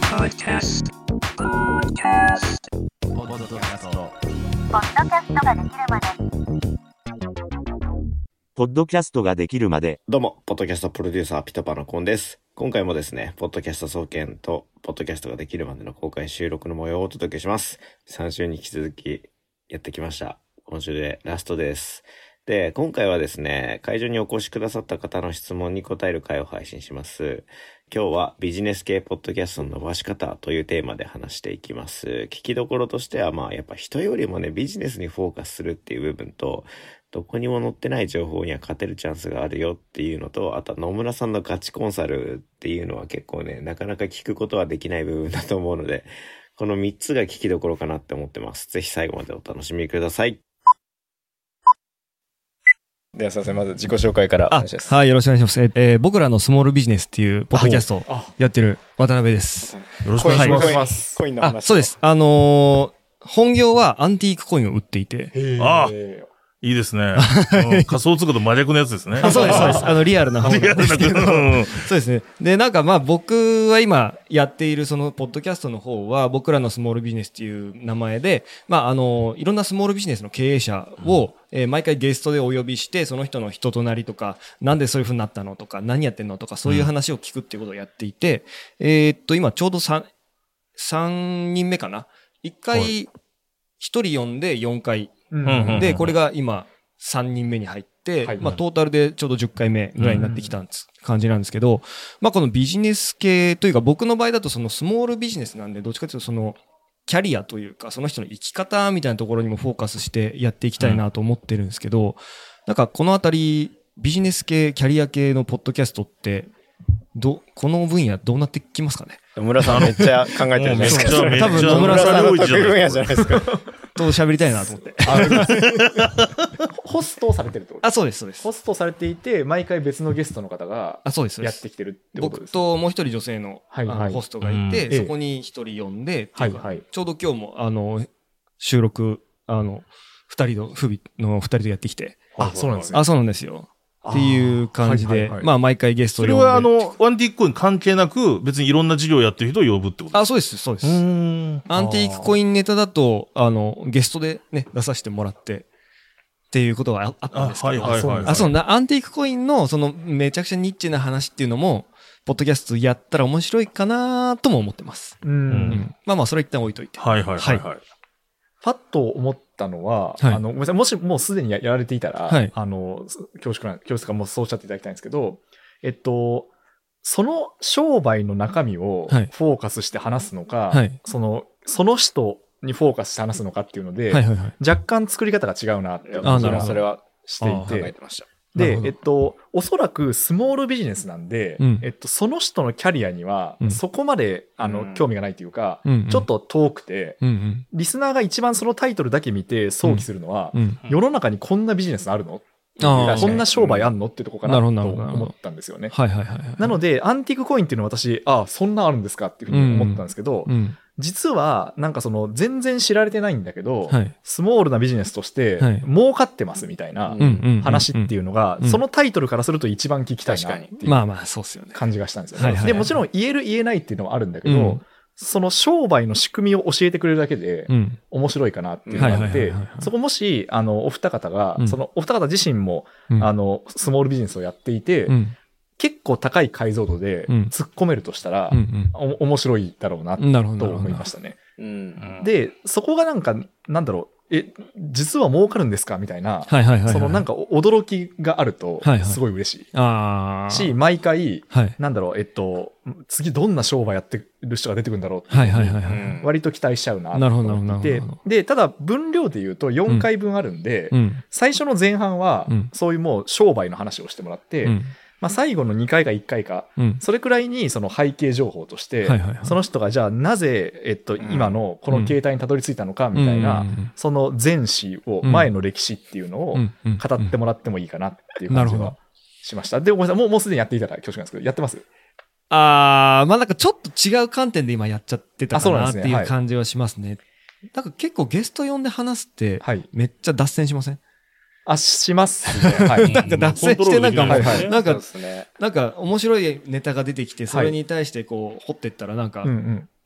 Podcast. ポッドキャストができるまで。 ポッドキャストができるまで。 どうも、ポッドキャストプロデューサーピトパのコンです。今回もですね、ポッドキャスト総研とポッドキャストができるまでの公開収録の模様をお届けします。3週に引き続きやってきました。今週でラストです。で、今回はですね、会場にお越しくださった方の質問に答える回を配信します。今日はビジネス系ポッドキャストの伸ばし方というテーマで話していきます。聞きどころとしては、やっぱ人よりもね、ビジネスにフォーカスするっていう部分と、どこにも載ってない情報には勝てるチャンスがあるよっていうのと、あと野村さんのガチコンサルっていうのは結構ね、なかなか聞くことはできない部分だと思うので、この3つが聞きどころかなって思ってます。ぜひ最後までお楽しみください。 ではすいません、まず自己紹介からお願いします。 はい、よろしくお願いします。僕らのスモールビジネスっていうポッドキャストをやってる渡辺です。 よろしくお願いします。コインの話。 そうです。本業はアンティークコインを売っていて。 いいですね。仮想通貨と真逆のやつですね。 そうです、そうです。リアルな方なんですけど。そうですね。で、僕は今やっているそのポッドキャストの方は、僕らのスモールビジネスっていう名前で、いろんなスモールビジネスの経営者を、毎回ゲストでお呼びして、その人の人となりとか、なんでそういう風になったのとか、何やってんのとか、そういう話を聞くっていうことをやっていて、今ちょうど3人目かな。1回、1人呼んで4回。で、これが今3人目に入って、トータルでちょうど10回目ぐらいになってきた感じなんですけど、このビジネス系というか、僕の場合だとそのスモールビジネスなんで、どっちかというとそのキャリアというか、その人の生き方みたいなところにもフォーカスしてやっていきたいなと思ってるんですけど、このあたり、ビジネス系、キャリア系のポッドキャストって、この分野どうなってきますかね？ 野村さんめっちゃ考えてるじゃないですか。 多分野村さんの得意分野じゃないですか。 と喋りたいなと思って。 ホストをされてるってこと？ そうです、そうです。 ホストされていて、毎回別のゲストの方がそうですやってきてるってことです。 僕ともう一人女性のホストがいて、そこに一人呼んで、ちょうど今日も収録、二人でやってきて。 そうなんですね。 そうなんですよ。っていう感じで、毎回ゲストを呼んで。 それはワンティークコイン関係なく、別にいろんな事業をやってる人を呼ぶってこと？ そうです、そうです。アンティークコインネタだと、ゲストでね、出させてもらって、っていうことがあったんですけど。アンティークコインの、めちゃくちゃニッチな話っていうのも、ポッドキャストやったら面白いかなとも思ってます。それは一旦置いといて。 パッと思ったのは、ごめんなさい、もしもうすでにやられていたら、恐縮かもうそうおっしゃっていただきたいんですけど、その商売の中身をフォーカスして話すのか、その人にフォーカスして話すのかっていうので、若干作り方が違うなって、それはしていて、考えてました。で、おそらくスモールビジネスなんで、その人のキャリアには、そこまで、興味がないというか、ちょっと遠くて、リスナーが一番そのタイトルだけ見て想起するのは、世の中にこんなビジネスあるの？こんな商売あんのってとこかなと思ったんですよね。なので、アンティークコインっていうのは私、そんなあるんですかっていうふうに思ったんですけど、実は、全然知られてないんだけど、スモールなビジネスとして、儲かってますみたいな話っていうのが、そのタイトルからすると一番聞きたいなっていう感じがしたんですよね。で、もちろん言える言えないっていうのはあるんだけど、その商売の仕組みを教えてくれるだけで面白いかなっていうのがあって、そこもし、お二方が、お二方自身も、スモールビジネスをやっていて、結構高い解像度で突っ込めるとしたら、面白いだろうなと思いましたね。で、そこが実は儲かるんですかみたいな、驚きがあると、すごい嬉しい。し、毎回、次どんな商売やってる人が出てくるんだろうって、割と期待しちゃうなと思っていて、で、ただ分量で言うと4回分あるんで、最初の前半は、そういうもう商売の話をしてもらって、最後の2回か1回か、それくらいにその背景情報として、その人がじゃあなぜ、今のこの形態にたどり着いたのかみたいな、その前史を、前の歴史っていうのを語ってもらってもいいかなっていう感じがしました。で、ごめんなさい、もうすでにやっていたら恐縮なんですけど、やってます？ ちょっと違う観点で今やっちゃってたかなっていう感じはしますね。結構ゲスト呼んで話すって、めっちゃ脱線しません？ しますね。 脱線して面白いネタが出てきて、それに対してこう、掘っていったら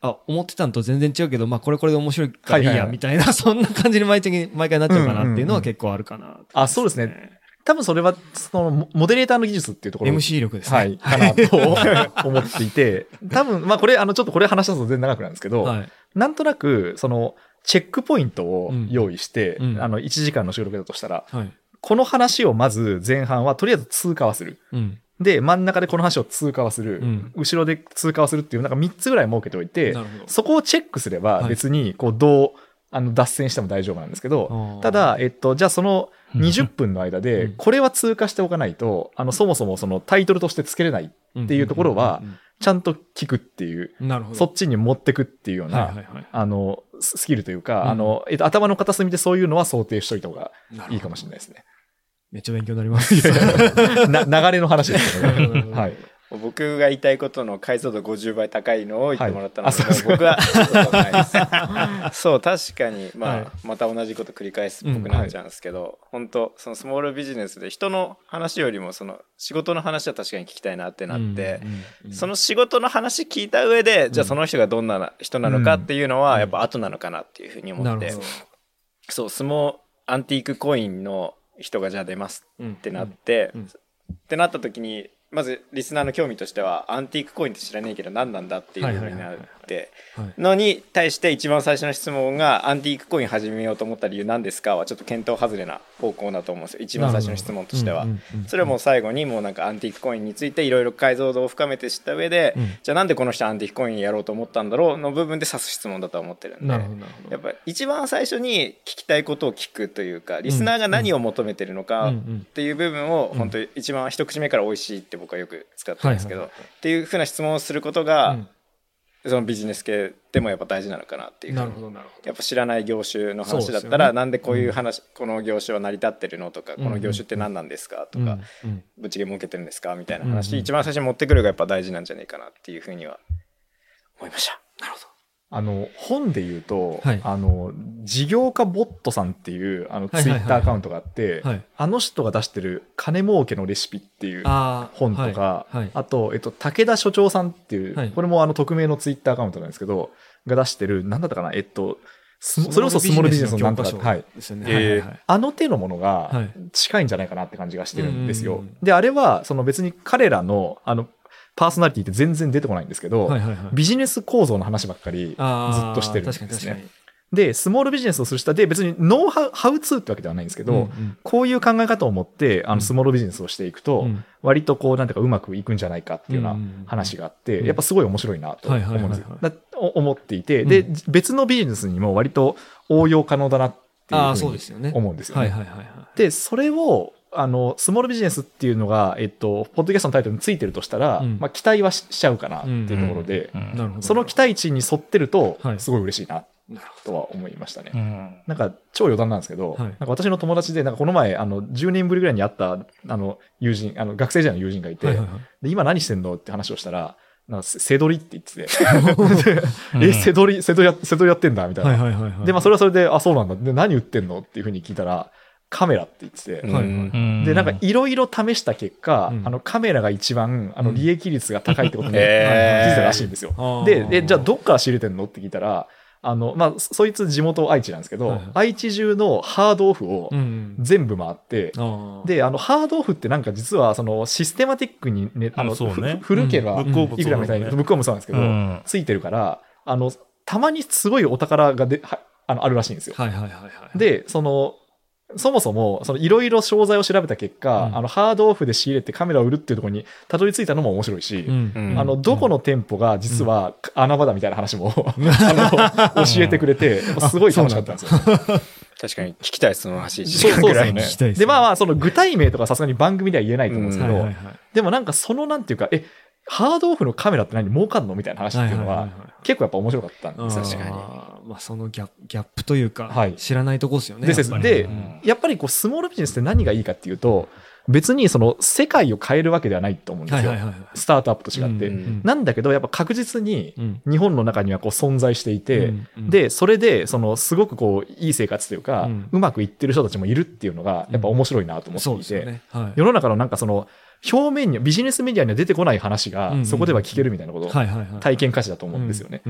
思ってたのと全然違うけど、まあこれで面白いからいいやみたいな、そんな感じに毎回なっちゃうかなっていうのは結構あるかな、 そうですね。多分それは、その、モデレーターの技術っていうところ。 MC 力ですね。 はい。かなと思っていて、多分、まあこれ、ちょっとこれ話したと全然長くなるんですけど、なんとなく、その、チェックポイントを用意して、1時間の収録だとしたら、この話をまず前半はとりあえず通過はする。で、真ん中でこの話を通過はする。後ろで通過はするっていう、なんか3つぐらい設けておいて、そこをチェックすれば別に、こう、脱線しても大丈夫なんですけど、ただ、じゃあその20分の間で、これは通過しておかないと、そもそもそのタイトルとしてつけれないっていうところは、ちゃんと聞くっていう、そっちに持ってくっていうような、スキルというか、頭の片隅でそういうのは想定しといた方がいいかもしれないですね。 めっちゃ勉強になります。 流れの話ですけどね。はい。 僕が言いたいことの解像度50倍高いのを言ってもらったので、僕はちょっとないです。そう、確かに、また同じこと繰り返すっぽくなっちゃうんですけど、本当そのスモールビジネスで人の話よりもその仕事の話は確かに聞きたいなってなって、その仕事の話聞いた上で、じゃあその人がどんな人なのかっていうのはやっぱ後なのかなっていうふうに思って、そう、アンティークコインの人がじゃあ出ますってなって、ってなった時に、まずリスナーの興味としてはアンティークコインって知らねえけど何なんだっていうふうになってのに対して一番最初の質問がアンティークコイン始めようと思った理由何ですかはちょっと検討外れな方向だと思うんですよ。一番最初の質問としてはそれはもう最後にもうなんかアンティークコインについていろいろ解像度を深めて知った上でじゃあなんでこの人アンティークコインやろうと思ったんだろうの部分で指す質問だと思ってるんでやっぱり一番最初に聞きたいことを聞くというかリスナーが何を求めてるのかっていう部分を本当に一番一口目から美味しいって僕はよく使ってるんですけどっていうふうな質問をすることがそのビジネス系でもやっぱ大事なのかなっていう。やっぱ知らない業種の話だったらなんでこういう話この業種は成り立ってるのとかこの業種って何なんですかとかぶっちげ儲けてるんですかみたいな話一番最初に持ってくるがやっぱ大事なんじゃないかなっていうふうには思いました。 なるほど。 本で言うと、事業家ボットさんっていうツイッターアカウントがあって、あの人が出してる金儲けのレシピっていう本とか、あと、武田所長さんっていう、これも匿名のツイッターアカウントなんですけど、が出してる、なんだったかな、それこそスモールビジネスのなんとか、あの手のものが近いんじゃないかなって感じがしてるんですよ。で、あれは、その別に彼らの、パーソナリティって全然出てこないんですけど、ビジネス構造の話ばっかりずっとしてるんですね。で、スモールビジネスをする人で別にノウハウ、ハウツーってわけではないんですけど、こういう考え方を持って、スモールビジネスをしていくと、割とこう、なんていうかうまくいくんじゃないかっていうような話があって、やっぱすごい面白いなと思うんですよ。思っていて、で、別のビジネスにも割と応用可能だなっていうふうに思うんですよね。で、それを、スモールビジネスっていうのが、ポッドキャストのタイトルについてるとしたら、期待はしちゃうかなっていうところで、その期待値に沿ってると、すごい嬉しいな、とは思いましたね。なんか、超余談なんですけど、なんか私の友達で、なんかこの前、10年ぶりぐらいに会った、友人、学生時代の友人がいて、で今何してんのって話をしたら、なんかセドリって言っててセドリやってんだみたいな。で、まあそれはそれで、あ、そうなんだ。で、何売ってんのっていうふうに聞いたら、カメラって言ってて、で、なんかいろいろ試した結果、カメラが一番、利益率が高いってことに気づいたらしいんですよ。で、じゃあどっから仕入れてんのって聞いたら、まあ、そいつ地元愛知なんですけど、愛知中のハードオフを全部回って、で、ハードオフってなんか実は、システマティックにね、古ければ、いくらみたいに、ブックオフもそうなんですけど、ついてるから、たまにすごいお宝があるらしいんですよ。で、そもそも、いろいろ商材を調べた結果、ハードオフで仕入れてカメラを売るっていうところにたどり着いたのも面白いし、どこの店舗が実は穴場だみたいな話も、教えてくれて、すごい楽しかったんですよ。 確かに聞きたいその話。 そうですね。で、まあ、具体名とかさすがに番組では言えないと思うんですけど、でもなんかなんていうか、ハードオフのカメラって何儲かんのみたいな話っていうのは、結構やっぱ面白かったんですよ。確かに。 まあそのギャップというか、知らないとこですよね。 で、やっぱりスモールビジネスって何がいいかっていうと、別に世界を変えるわけではないと思うんですよ。スタートアップと違って。なんだけど、やっぱ確実に日本の中には存在していて、で、それで、すごくいい生活というか、うまくいってる人たちもいるっていうのが、やっぱ面白いなと思っていて、世の中のなんか表面にビジネスメディアには出てこない話がそこでは聞けるみたいなこと、体験価値だと思うんですよね。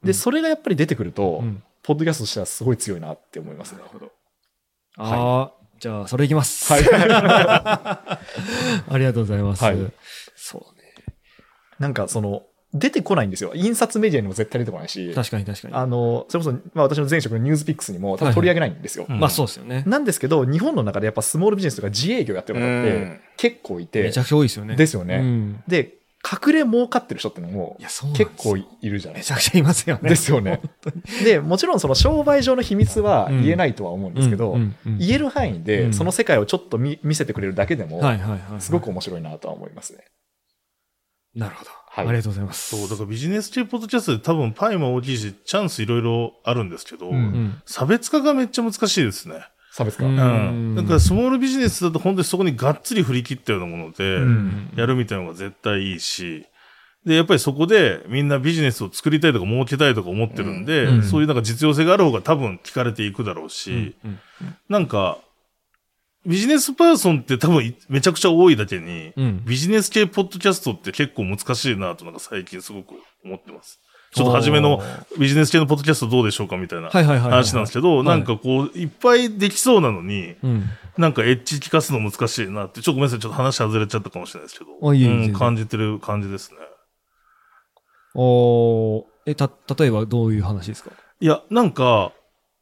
で、それがやっぱり出てくると、 うん、 ポッドキャストとしてはすごい強いなって思いますね。なるほど。 じゃあ、それいきます。 はい。 ありがとうございます。 はい、 そうね。 なんか出てこないんですよ。印刷メディアにも絶対出てこないし。 確かに確かに。 それこそ、私の前職のニュースピックスにも多分取り上げないんですよ。 まあそうですよね。 なんですけど、日本の中でやっぱスモールビジネスとか自営業やってる方って結構いて。 めちゃくちゃ多いですよね。 ですよね。で、隠れ儲かってる人ってのも結構いるじゃないですか。 めちゃくちゃいますよね。 ですよね。で、もちろん商売上の秘密は言えないとは思うんですけど、言える範囲でその世界をちょっと見せてくれるだけでも、すごく面白いなとは思いますね。 なるほど。ありがとうございます。 そう、だからビジネス系ポッドキャストで多分パイも大きいし、チャンスいろいろあるんですけど、差別化がめっちゃ難しいですね。 差別化。 だからスモールビジネスだと本当にそこにがっつり振り切ったようなもので、やるみたいなのが絶対いいし、で、やっぱりそこでみんなビジネスを作りたいとか儲けたいとか思ってるんで、そういうなんか実用性がある方が多分聞かれていくだろうし、なんか、ビジネスパーソンって多分めちゃくちゃ多いだけに、ビジネス系ポッドキャストって結構難しいなとなんか最近すごく思ってます。ちょっと初めのビジネス系のポッドキャストどうでしょうかみたいな話なんですけど、なんかこう、いっぱいできそうなのに、なんかエッジ聞かすの難しいなって、ちょっとごめんなさい、ちょっと話外れちゃったかもしれないですけど、感じてる感じですね。 例えばどういう話ですか？ いや、なんか、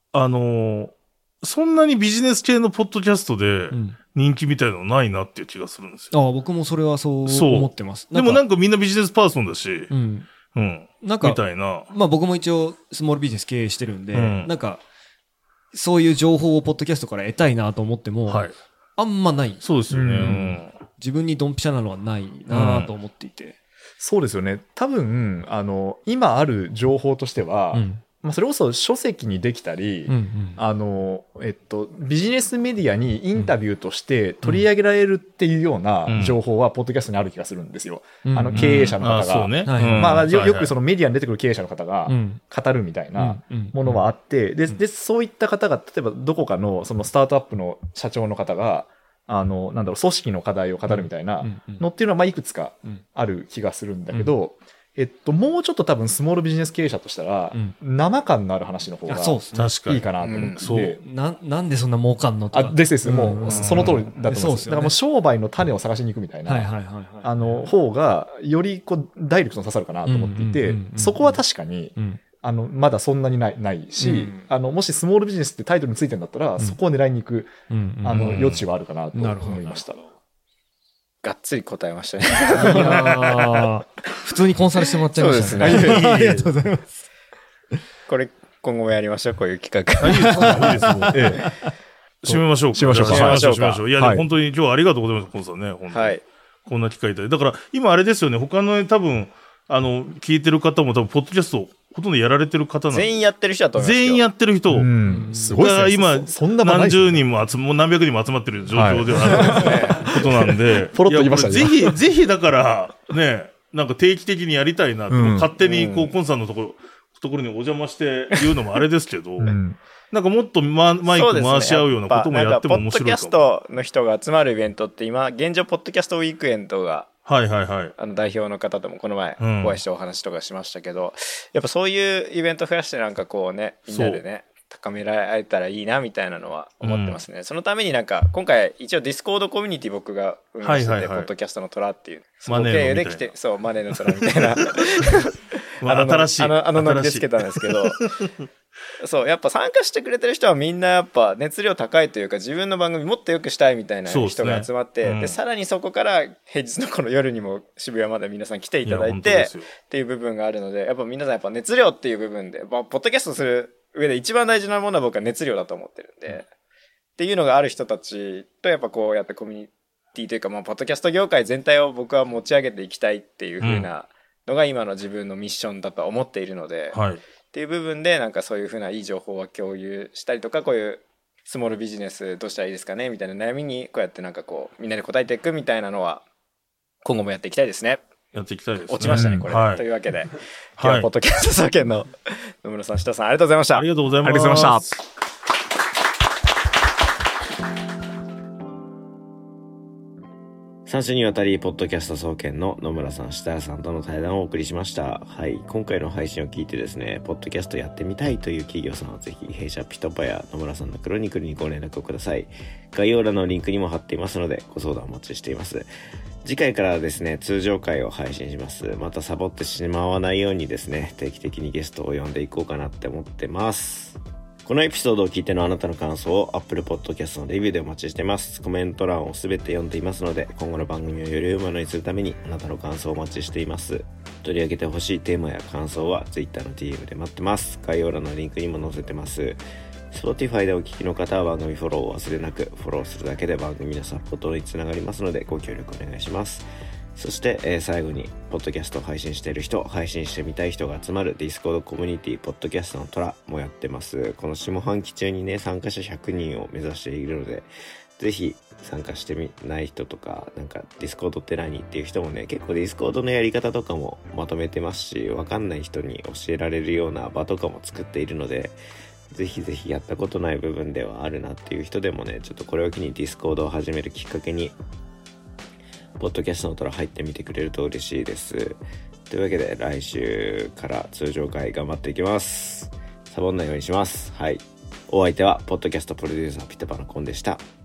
そんなにビジネス系のポッドキャストで人気みたいなのないなっていう気がするんですよ。 僕もそれはそう思ってます。 でもなんかみんなビジネスパーソンだし、 なんか、 みたいな。 まあ僕も一応スモールビジネス経営してるんで、なんか、そういう情報をポッドキャストから得たいなと思っても、あんまない。 そうですよね。 自分にドンピシャなのはないなと思っていて。 そうですよね。多分、今ある情報としては、まあ、それこそ書籍にできたり、ビジネスメディアにインタビューとして取り上げられるっていうような情報は、ポッドキャストにある気がするんですよ。経営者の方が。まあ、よくそのメディアに出てくる経営者の方が語るみたいなものはあって、で、そういった方が、例えばどこかのそのスタートアップの社長の方が、組織の課題を語るみたいなのっていうのは、まあ、いくつかある気がするんだけど、もうちょっと多分スモールビジネス経営者としたら、生感のある話の方がいいかなと思ってて。 なんでそんな儲かんのとか。 です。もう、その通りだと思います。だからもう商売の種を探しに行くみたいな、方が、よりこう、ダイレクトに刺さるかなと思っていて、そこは確かに、まだそんなにないし、もしスモールビジネスってタイトルについてるんだったら、そこを狙いに行く、余地はあるかなと思いました。 がっつり答えましたね。 普通にコンサルしてもらっちゃいましたね。そうですね。ありがとうございます。 これ、今後もやりましょう、こういう企画。 いいですね。締めましょうか。締めましょう。いや、本当に今日はありがとうございます、コンさんね。はい。こんな機会で。だから、今あれですよね、他の多分、聞いてる方も多分、ポッドキャスト、ほとんどやられてる方なんで。 全員やってる人だと思います。 全員やってる人。 すごいですね。 今、何十人ももう何百人も集まってる状況ではあることなんで。 ポロッと言いましたね。 ぜひだから、ね、なんか定期的にやりたいなって、勝手にこう、コンさんのところにお邪魔して言うのもあれですけど、なんかもっとマイク回し合うようなこともやっても面白いかも。 ポッドキャストの人が集まるイベントって今、現状、ポッドキャストウィークエンドが、代表の方ともこの前お会いしてお話とかしましたけど、やっぱそういうイベント増やしてなんかこうね、みんなでね、高められたらいいなみたいなのは思ってますね。そのためになんか、今回一応ディスコードコミュニティ僕が運営してて、ポッドキャストの虎っていう、その経由で来て、そう、マネーの虎みたいな。 新しい。 ノリでつけたんですけど、そう、やっぱ参加してくれてる人はみんなやっぱ熱量高いというか、自分の番組もっと良くしたいみたいな人が集まって、で、さらにそこから平日のこの夜にも渋谷まで皆さん来ていただいて、っていう部分があるので、やっぱ皆さんやっぱ熱量っていう部分で、ポッドキャストする上で一番大事なものは僕は熱量だと思ってるんで、っていうのがある人たちとやっぱこうやってコミュニティというか、まあ、ポッドキャスト業界全体を僕は持ち上げていきたいっていう風なのが今の自分のミッションだと思っているので、っていう部分でなんかそういう風ないい情報は共有したりとか、こういうスモールビジネスどうしたらいいですかねみたいな悩みにこうやってなんかこうみんなで答えていくみたいなのは今後もやっていきたいですね。 やっていきたいですね。 落ちましたねこれ、というわけで今日はポッドキャスト総研の野村さん、下さんありがとうございました。 ありがとうございます。 ありがとうございました。 3週にわたり、ポッドキャスト総研の野村さん、設楽さんとの対談をお送りしました。はい。今回の配信を聞いてですね、ポッドキャストやってみたいという企業さんはぜひ、弊社ピトパや野村さんのクロニクルにご連絡をください。概要欄のリンクにも貼っていますので、ご相談お待ちしています。次回からはですね、通常回を配信します。またサボってしまわないようにですね、定期的にゲストを呼んでいこうかなって思ってます。このエピソードを聞いてのあなたの感想を Apple Podcast のレビューでお待ちしています。コメント欄をすべて読んでいますので、今後の番組をより良いものにするためにあなたの感想をお待ちしています。取り上げてほしいテーマや感想は Twitter の DM で待ってます。概要欄のリンクにも載せてます。Spotify でお聞きの方は番組フォローを忘れなく、フォローするだけで番組のサポートにつながりますのでご協力お願いします。そして、最後に、ポッドキャストを配信している人、配信してみたい人が集まる Discord コミュニティ、ポッドキャストの虎もやってます。この下半期中にね、参加者100人を目指しているので、ぜひ参加してみない人とか、なんか Discord って何っていう人もね、結構 Discord のやり方とかもまとめてますし、わかんない人に教えられるような場とかも作っているので、ぜひぜひやったことない部分ではあるなっていう人でもね、ちょっとこれを機に Discord を始めるきっかけに、ポッドキャストの虎入ってみてくれると嬉しいです。というわけで来週から通常回頑張っていきます。サボんないようにします。はい。お相手はポッドキャストプロデューサーピタパのコンでした。